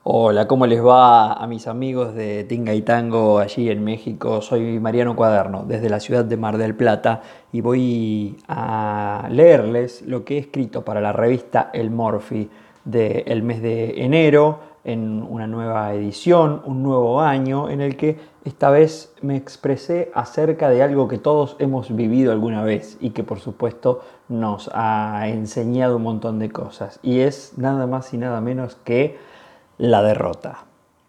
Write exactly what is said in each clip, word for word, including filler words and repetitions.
Hola, ¿cómo les va a mis amigos de Tinga y Tango allí en México? Soy Mariano Cuaderno, desde la ciudad de Mar del Plata, y voy a leerles lo que he escrito para la revista El Morphy del mes de enero, en una nueva edición, un nuevo año, en el que esta vez me expresé acerca de algo que todos hemos vivido alguna vez y que por supuesto nos ha enseñado un montón de cosas, y es nada más y nada menos que la derrota.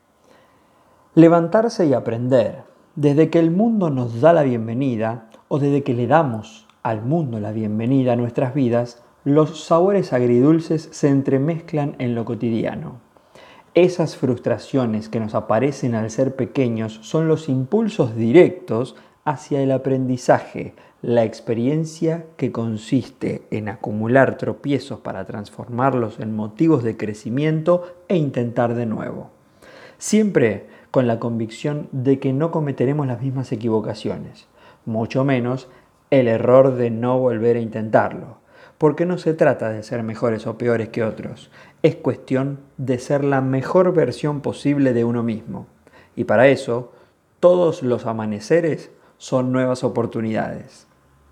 Levantarse y aprender, desde que el mundo nos da la bienvenida o desde que le damos al mundo la bienvenida a nuestras vidas, los sabores agridulces se entremezclan en lo cotidiano. Esas frustraciones que nos aparecen al ser pequeños son los impulsos directos hacia el aprendizaje, la experiencia que consiste en acumular tropiezos para transformarlos en motivos de crecimiento e intentar de nuevo. Siempre con la convicción de que no cometeremos las mismas equivocaciones, mucho menos el error de no volver a intentarlo, porque no se trata de ser mejores o peores que otros, es cuestión de ser la mejor versión posible de uno mismo. Y para eso, todos los amaneceres son nuevas oportunidades.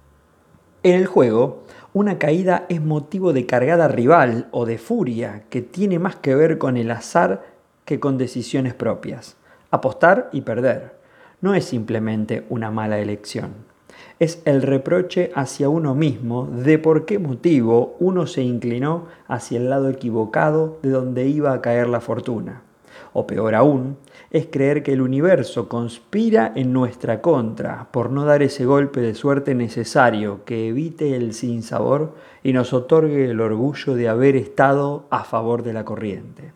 En el juego, una caída es motivo de cargada rival o de furia que tiene más que ver con el azar que con decisiones propias. Apostar y perder no es simplemente una mala elección. Es el reproche hacia uno mismo de por qué motivo uno se inclinó hacia el lado equivocado de donde iba a caer la fortuna. O peor aún, es creer que el universo conspira en nuestra contra por no dar ese golpe de suerte necesario que evite el sinsabor y nos otorgue el orgullo de haber estado a favor de la corriente.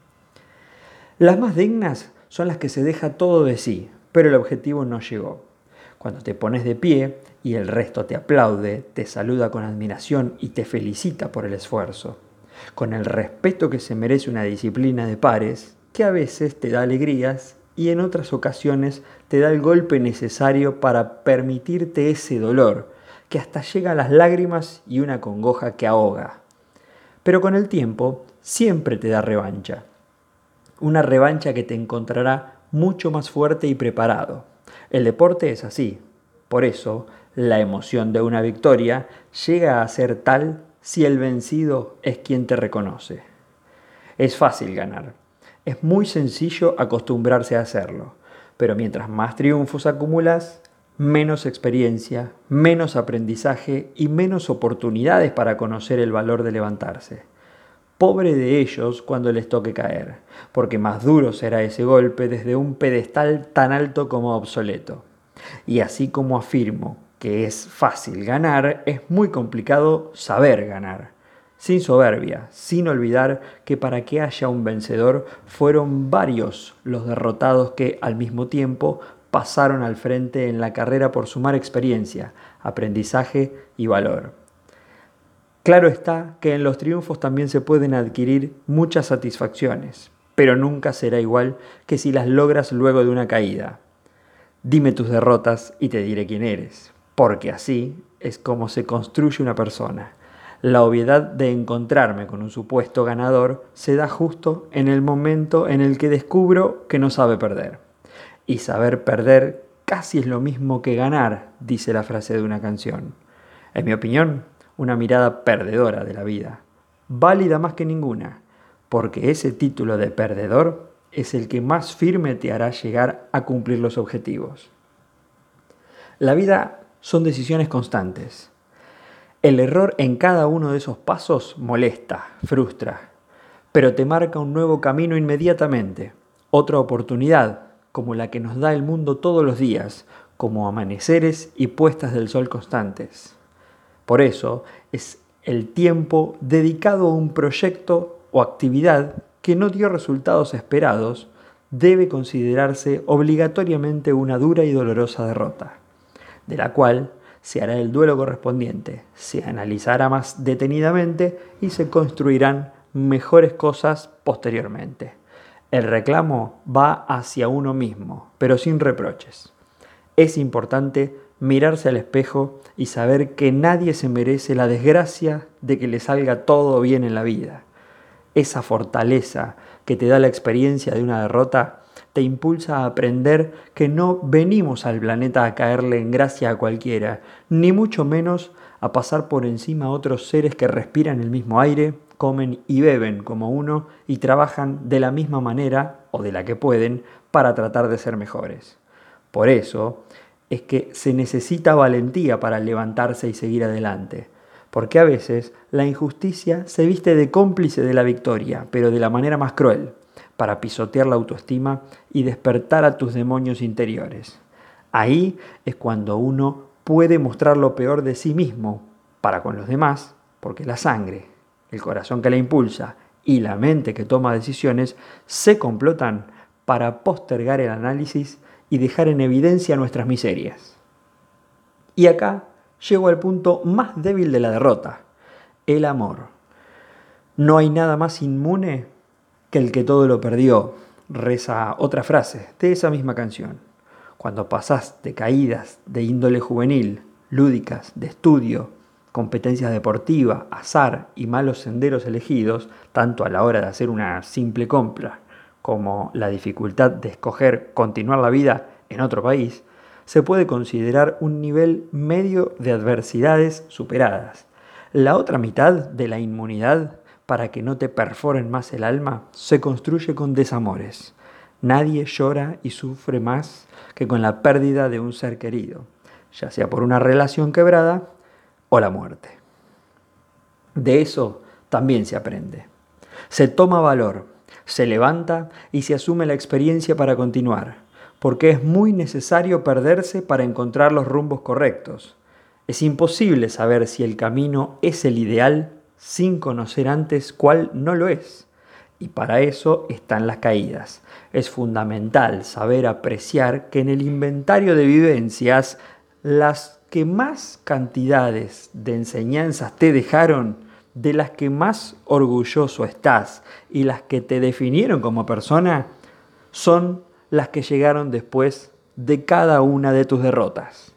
Las más dignas son las que se deja todo de sí, pero el objetivo no llegó. Cuando te pones de pie y el resto te aplaude, te saluda con admiración y te felicita por el esfuerzo, con el respeto que se merece una disciplina de pares, que a veces te da alegrías y en otras ocasiones te da el golpe necesario para permitirte ese dolor, que hasta llega a las lágrimas y una congoja que ahoga. Pero con el tiempo siempre te da revancha. Una revancha que te encontrará mucho más fuerte y preparado. El deporte es así. Por eso, la emoción de una victoria llega a ser tal si el vencido es quien te reconoce. Es fácil ganar. Es muy sencillo acostumbrarse a hacerlo. Pero mientras más triunfos acumulas, menos experiencia, menos aprendizaje y menos oportunidades para conocer el valor de levantarse. Pobre de ellos cuando les toque caer, porque más duro será ese golpe desde un pedestal tan alto como obsoleto. Y así como afirmo que es fácil ganar, es muy complicado saber ganar. Sin soberbia, sin olvidar que para que haya un vencedor fueron varios los derrotados que al mismo tiempo pasaron al frente en la carrera por sumar experiencia, aprendizaje y valor. Claro está que en los triunfos también se pueden adquirir muchas satisfacciones, pero nunca será igual que si las logras luego de una caída. Dime tus derrotas y te diré quién eres, porque así es como se construye una persona. La obviedad de encontrarme con un supuesto ganador se da justo en el momento en el que descubro que no sabe perder. Y saber perder casi es lo mismo que ganar, dice la frase de una canción. En mi opinión, una mirada perdedora de la vida, válida más que ninguna, porque ese título de perdedor es el que más firme te hará llegar a cumplir los objetivos. La vida son decisiones constantes. El error en cada uno de esos pasos molesta, frustra, pero te marca un nuevo camino inmediatamente, otra oportunidad como la que nos da el mundo todos los días, como amaneceres y puestas del sol constantes. Por eso es el tiempo dedicado a un proyecto o actividad que no dio resultados esperados, debe considerarse obligatoriamente una dura y dolorosa derrota, de la cual se hará el duelo correspondiente, se analizará más detenidamente y se construirán mejores cosas posteriormente. El reclamo va hacia uno mismo, pero sin reproches. Es importante mirarse al espejo y saber que nadie se merece la desgracia de que le salga todo bien en la vida. Esa fortaleza que te da la experiencia de una derrota te impulsa a aprender que no venimos al planeta a caerle en gracia a cualquiera, ni mucho menos a pasar por encima a otros seres que respiran el mismo aire, comen y beben como uno y trabajan de la misma manera o de la que pueden para tratar de ser mejores. Por eso es que se necesita valentía para levantarse y seguir adelante, porque a veces la injusticia se viste de cómplice de la victoria, pero de la manera más cruel, para pisotear la autoestima y despertar a tus demonios interiores. Ahí es cuando uno puede mostrar lo peor de sí mismo para con los demás, porque la sangre, el corazón que la impulsa y la mente que toma decisiones se complotan para postergar el análisis y dejar en evidencia nuestras miserias. Y acá llego al punto más débil de la derrota, el amor. No hay nada más inmune que el que todo lo perdió, reza otra frase de esa misma canción. Cuando pasás de caídas de índole juvenil, lúdicas, de estudio, competencias deportivas, azar y malos senderos elegidos, tanto a la hora de hacer una simple compra como la dificultad de escoger continuar la vida en otro país, se puede considerar un nivel medio de adversidades superadas. La otra mitad de la inmunidad para que no te perforen más el alma se construye con desamores. Nadie llora y sufre más que con la pérdida de un ser querido, ya sea por una relación quebrada o la muerte. De eso también se aprende. Se toma valor, se levanta y se asume la experiencia para continuar, porque es muy necesario perderse para encontrar los rumbos correctos. Es imposible saber si el camino es el ideal sin conocer antes cuál no lo es. Y para eso están las caídas. Es fundamental saber apreciar que en el inventario de vivencias, las que más cantidades de enseñanzas te dejaron, de las que más orgulloso estás y las que te definieron como persona, son las que llegaron después de cada una de tus derrotas.